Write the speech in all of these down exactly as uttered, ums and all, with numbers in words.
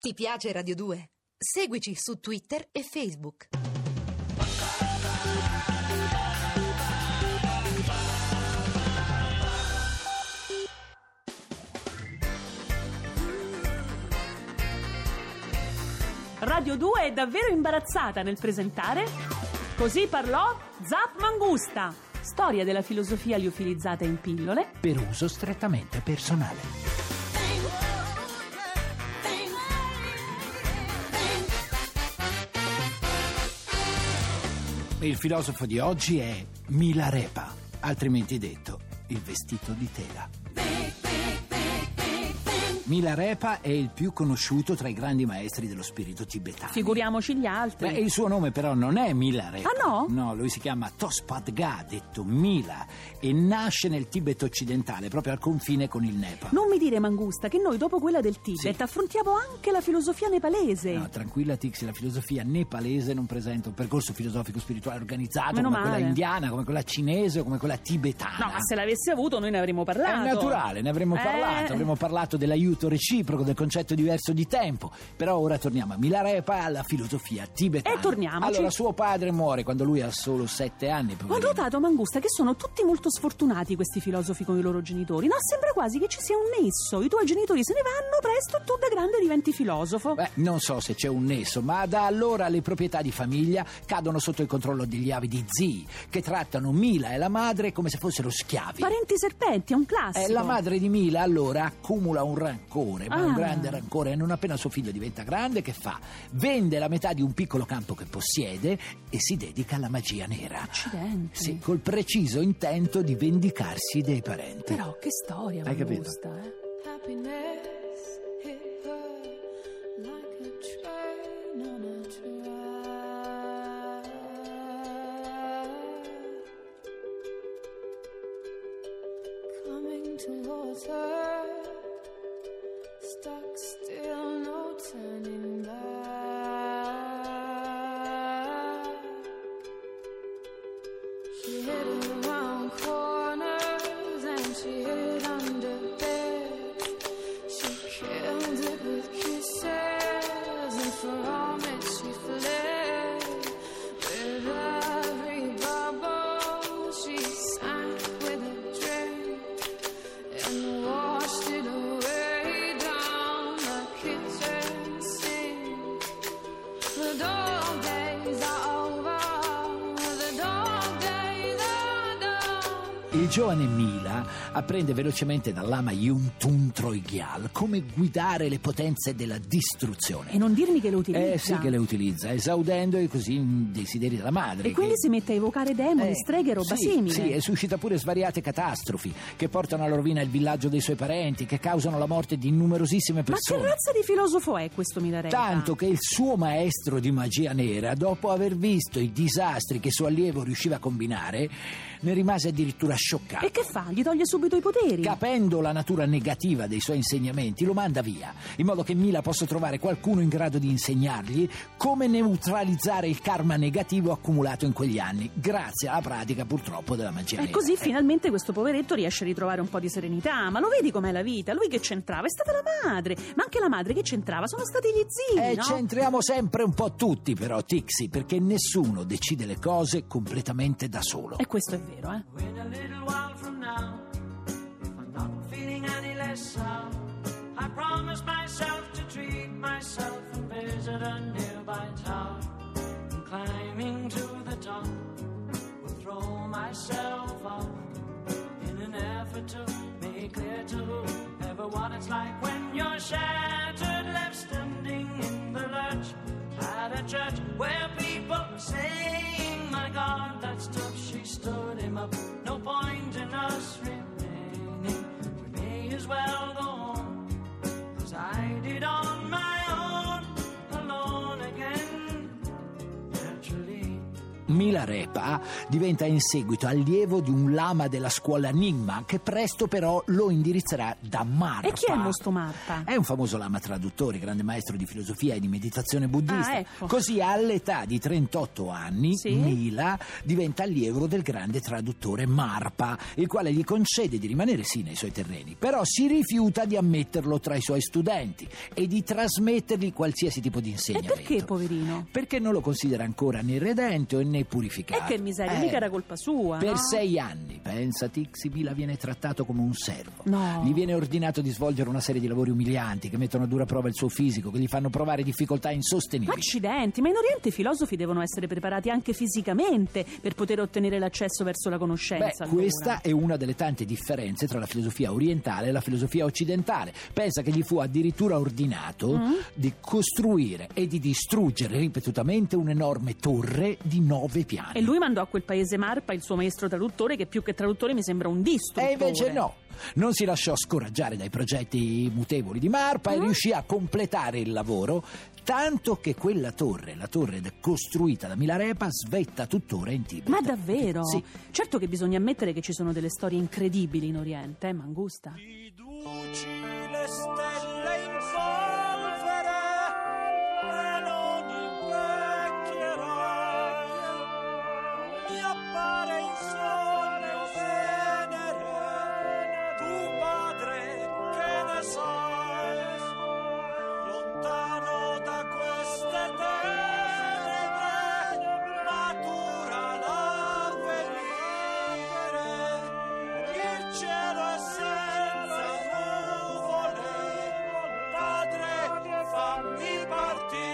Ti piace Radio due? Seguici su Twitter e Facebook. Radio due è davvero imbarazzata nel presentare Così parlò Zap Mangusta, storia della filosofia liofilizzata in pillole per uso strettamente personale. Il filosofo di oggi è Milarepa, altrimenti detto il vestito di tela. Milarepa è il più conosciuto tra i grandi maestri dello spirito tibetano. Figuriamoci gli altri. Beh, il suo nome però non è Milarepa. Ah no? No, lui si chiama Tospadga, detto Mila, e nasce nel Tibet occidentale, proprio al confine con il Nepal. Non mi dire, Mangusta, che noi dopo quella del Tibet Sì. affrontiamo anche la filosofia nepalese. No, tranquilla Tixi, la filosofia nepalese non presenta un percorso filosofico spirituale organizzato Meno come male. quella indiana, come quella cinese o come quella tibetana. No, ma se l'avesse avuto noi ne avremmo parlato. È naturale, ne avremmo Eh. parlato, avremmo parlato dell'aiuto reciproco, del concetto diverso di tempo, però ora torniamo a Milarepa, alla filosofia tibetana. E torniamoci. Allora, suo padre muore quando lui ha solo sette anni. Ho poverino. notato, Mangusta, che sono tutti molto sfortunati questi filosofi con i loro genitori. No, sembra quasi che ci sia un nesso. I tuoi genitori se ne vanno presto e tu da grande diventi filosofo. Beh, non so se c'è un nesso, ma da allora le proprietà di famiglia cadono sotto il controllo degli avidi zii, che trattano Mila e la madre come se fossero schiavi. Parenti serpenti, è un classico. Eh, la madre di Mila allora accumula un rancore, ma Ah. un grande rancore, e non appena suo figlio diventa grande, che fa? Vende la metà di un piccolo campo che possiede e si dedica alla magia nera. Accidenti. Sì, col preciso intento di vendicarsi dei parenti. Però che storia, Hai Mangusta, eh? Happiness hit her like a train on a track. Coming towards her, stuck still, no turning back. She hid around corners and she hid under beds. She killed it with kisses and from it she fled. With every bubble she sank with a drink and washed it away down the kitchen sink. The dog days are over, the dog days are done. Il giovane Mila apprende velocemente dall'ama Yuntun Troygyal come guidare le potenze della distruzione. E non dirmi che lo utilizza. Eh sì che le utilizza, esaudendo così i desideri della madre. E quindi che... si mette a evocare demoni, Eh, streghe, roba sì, simile. Sì, e suscita pure svariate catastrofi che portano alla rovina il villaggio dei suoi parenti, che causano la morte di numerosissime Ma che persone. razza di filosofo è questo Milarepa? Tanto che il suo maestro di magia nera, dopo aver visto i disastri che suo allievo riusciva a combinare, ne rimase addirittura scioccato. E che fa? Gli toglie subito i poteri? Capendo la natura negativa dei suoi insegnamenti, lo manda via, in modo che Mila possa trovare qualcuno in grado di insegnargli come neutralizzare il karma negativo accumulato in quegli anni, grazie alla pratica purtroppo della magia E nera. così Eh, finalmente questo poveretto riesce a ritrovare un po' di serenità. Ma lo vedi com'è la vita? Lui che c'entrava? È stata la madre. Ma anche la madre che c'entrava? Sono stati gli zii, E no? c'entriamo sempre un po' tutti però, Tixi, perché nessuno decide le cose completamente da solo. E questo è vero, eh? When a little while from now, if I'm not feeling any less sound, I promise myself to treat myself and visit a nearby tower. And climbing to the top, will throw myself off in an effort to make clear to whoever what it's like when you're shattered, left standing in the lurch at a church where people are saying, my God, that's tough. She stood him up. No point in us remaining. We may as well go on, 'cause I did on my own, alone again. Naturally. Milarepa diventa in seguito allievo di un lama della scuola Nyingma, che presto però lo indirizzerà da Marpa. E chi è Mosto Marpa? È un famoso lama traduttore, grande maestro di filosofia e di meditazione buddista. Ah, ecco. Così all'età di trentotto anni, Sì? Mila diventa allievo del grande traduttore Marpa, il quale gli concede di rimanere sì nei suoi terreni, però si rifiuta di ammetterlo tra i suoi studenti e di trasmettergli qualsiasi tipo di E insegnamento. perché, poverino? Perché non lo considera ancora né redento e né purificato. E che miseria, Eh, mica era colpa sua, Per no? sei anni, pensa Tixi, Mila viene trattato come un servo. No. Gli viene ordinato di svolgere una serie di lavori umilianti che mettono a dura prova il suo fisico, che gli fanno provare difficoltà insostenibili. Accidenti, ma in Oriente i filosofi devono essere preparati anche fisicamente per poter ottenere l'accesso verso la conoscenza. Beh, allora. questa è una delle tante differenze tra la filosofia orientale e la filosofia occidentale. Pensa che gli fu addirittura ordinato Mm. di costruire e di distruggere ripetutamente un'enorme torre di nove piani. E lui mandò a quel paese Marpa il suo maestro traduttore, che più che traduttore mi sembra un distruttore. E invece no, non si lasciò scoraggiare dai progetti mutevoli di Marpa e Mm. riuscì a completare il lavoro, tanto che quella torre, la torre de- costruita da Milarepa, svetta tuttora in Tibet. Ma davvero? Sì. Certo che bisogna ammettere che ci sono delle storie incredibili in Oriente, eh, Mangusta? Riduci le stelle in polvere e non invecchierai. Mi appare in sogno Venere, tu padre che ne sai, lontano da queste tenebre, matura l'avvenire, il cielo è senza nuvole, padre fammi partire.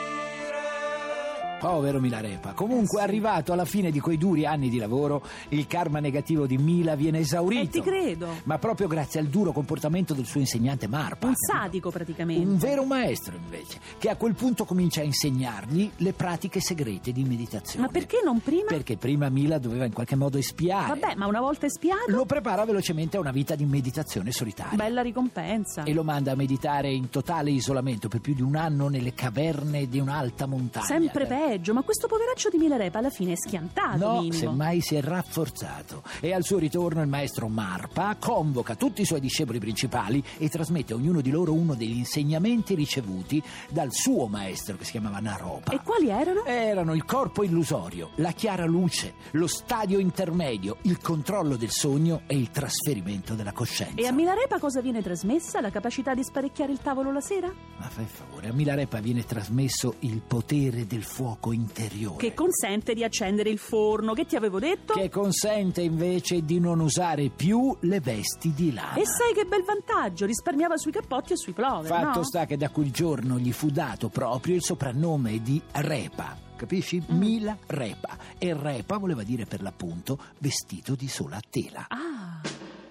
Povero Milarepa. Comunque, arrivato alla fine di quei duri anni di lavoro, il karma negativo di Mila viene esaurito. E ti credo. Ma proprio grazie al duro comportamento del suo insegnante Marpa. Un capito? sadico praticamente. Un vero maestro, invece, che a quel punto comincia a insegnargli le pratiche segrete di meditazione. Ma perché non prima? Perché prima Mila doveva in qualche modo espiare. Vabbè, ma una volta espiato, Lo prepara velocemente a una vita di meditazione solitaria. bella ricompensa. E lo manda a meditare in totale isolamento per più di un anno nelle caverne di un'alta montagna. Sempre peggio, ma questo poveraccio di Milarepa alla fine è schiantato, No, minimo. semmai si è rafforzato. E al suo ritorno il maestro Marpa convoca tutti i suoi discepoli principali e trasmette a ognuno di loro uno degli insegnamenti ricevuti dal suo maestro, che si chiamava Naropa. E quali erano? Erano il corpo illusorio, la chiara luce, lo stadio intermedio, il controllo del sogno e il trasferimento della coscienza. E a Milarepa cosa viene trasmessa? La capacità di sparecchiare il tavolo la sera? Ma fai favore, a Milarepa viene trasmesso il potere del fuoco interiore. Che consente di accendere il forno, che ti avevo detto? Che consente invece di non usare più le vesti di lana. E sai che bel vantaggio, risparmiava sui cappotti e sui plover, Fatto no? sta che da quel giorno gli fu dato proprio il soprannome di Repa, capisci? Mm. Mila Repa. E Repa voleva dire per l'appunto vestito di sola tela. Ah,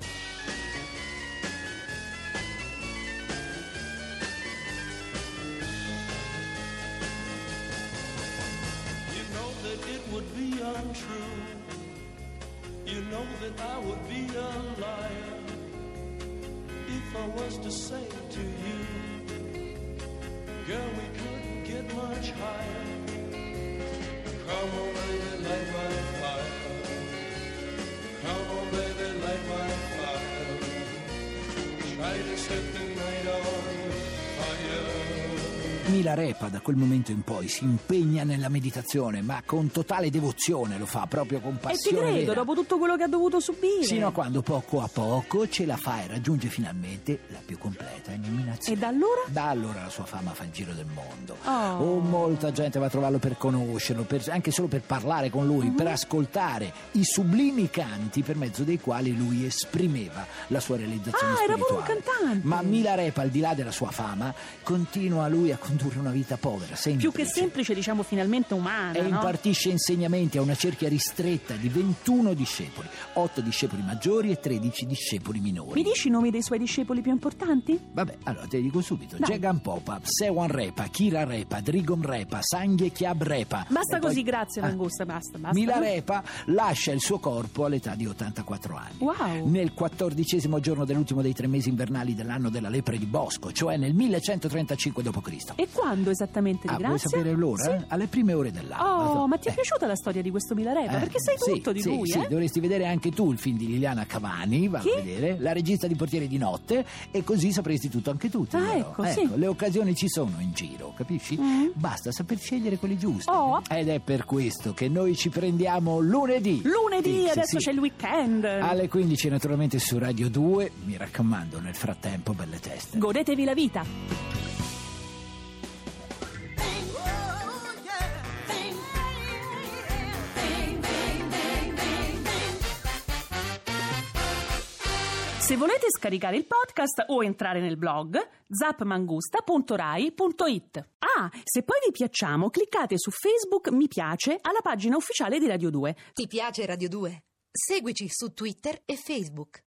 You know that it would be untrue. You know that I would be a liar if I was to say to you, girl, we couldn't get much higher. Come on, baby, light my fire. Come on, baby, light my fire. Try to set the night on fire. Milarepa da quel momento in poi si impegna nella meditazione, ma con totale devozione, lo fa proprio con e ti passione credo, vera. dopo tutto quello che ha dovuto subire. Sino a quando poco a poco ce la fa e raggiunge finalmente la più completa illuminazione. E da allora? Da allora la sua fama fa il giro del mondo. Oh. Oh, molta gente va a trovarlo per conoscerlo, per- anche solo per parlare con lui, Mhm. per ascoltare i sublimi canti per mezzo dei quali lui esprimeva la sua realizzazione Ah, era pure un spirituale. cantante. Ma Milarepa, al di là della sua fama, continua lui a condurre una vita povera, semplice. Più che semplice, diciamo finalmente umana, E no? impartisce insegnamenti a una cerchia ristretta di ventuno discepoli, otto discepoli maggiori e tredici discepoli minori. Mi dici i nomi dei suoi discepoli più importanti? Vabbè, allora te li dico subito. Dai. Jagan Popa, Sewan Repa, Kira Repa, Drigom Repa, Sangye Kyab Repa. Basta E poi- così, grazie Ah. Mangusta, basta, basta. Milarepa lascia il suo corpo all'età di ottantaquattro anni. Wow. Nel quattordicesimo giorno dell'ultimo dei tre mesi invernali dell'anno della lepre di Bosco, cioè nel millecentotrentacinque dopo Cristo E quando esattamente di Ah, vuoi Grazia? sapere l'ora? Sì. Alle prime ore dell'alba. Oh, ma ti è Eh. piaciuta la storia di questo Milarepa? Eh, Perché sai sì, tutto di sì, lui, sì, eh? dovresti vedere anche tu il film di Liliana Cavani, va Chi? a vedere, la regista di Portiere di Notte, e così sapresti tutto anche tu. Ah, Tiro. ecco, sì. Le occasioni ci sono in giro, capisci? Mm. Basta saper scegliere quelli giusti. Oh. Ed è per questo che noi ci prendiamo lunedì. Lunedì, Sì, adesso sì. c'è il weekend. Alle quindici naturalmente su Radio due, mi raccomando, nel frattempo belle teste. Godetevi la vita. Se volete scaricare il podcast o entrare nel blog zapmangusta punto rai punto it. Ah, se poi vi piacciamo, cliccate su Facebook mi piace alla pagina ufficiale di Radio due. Ti piace Radio due? Seguici su Twitter e Facebook.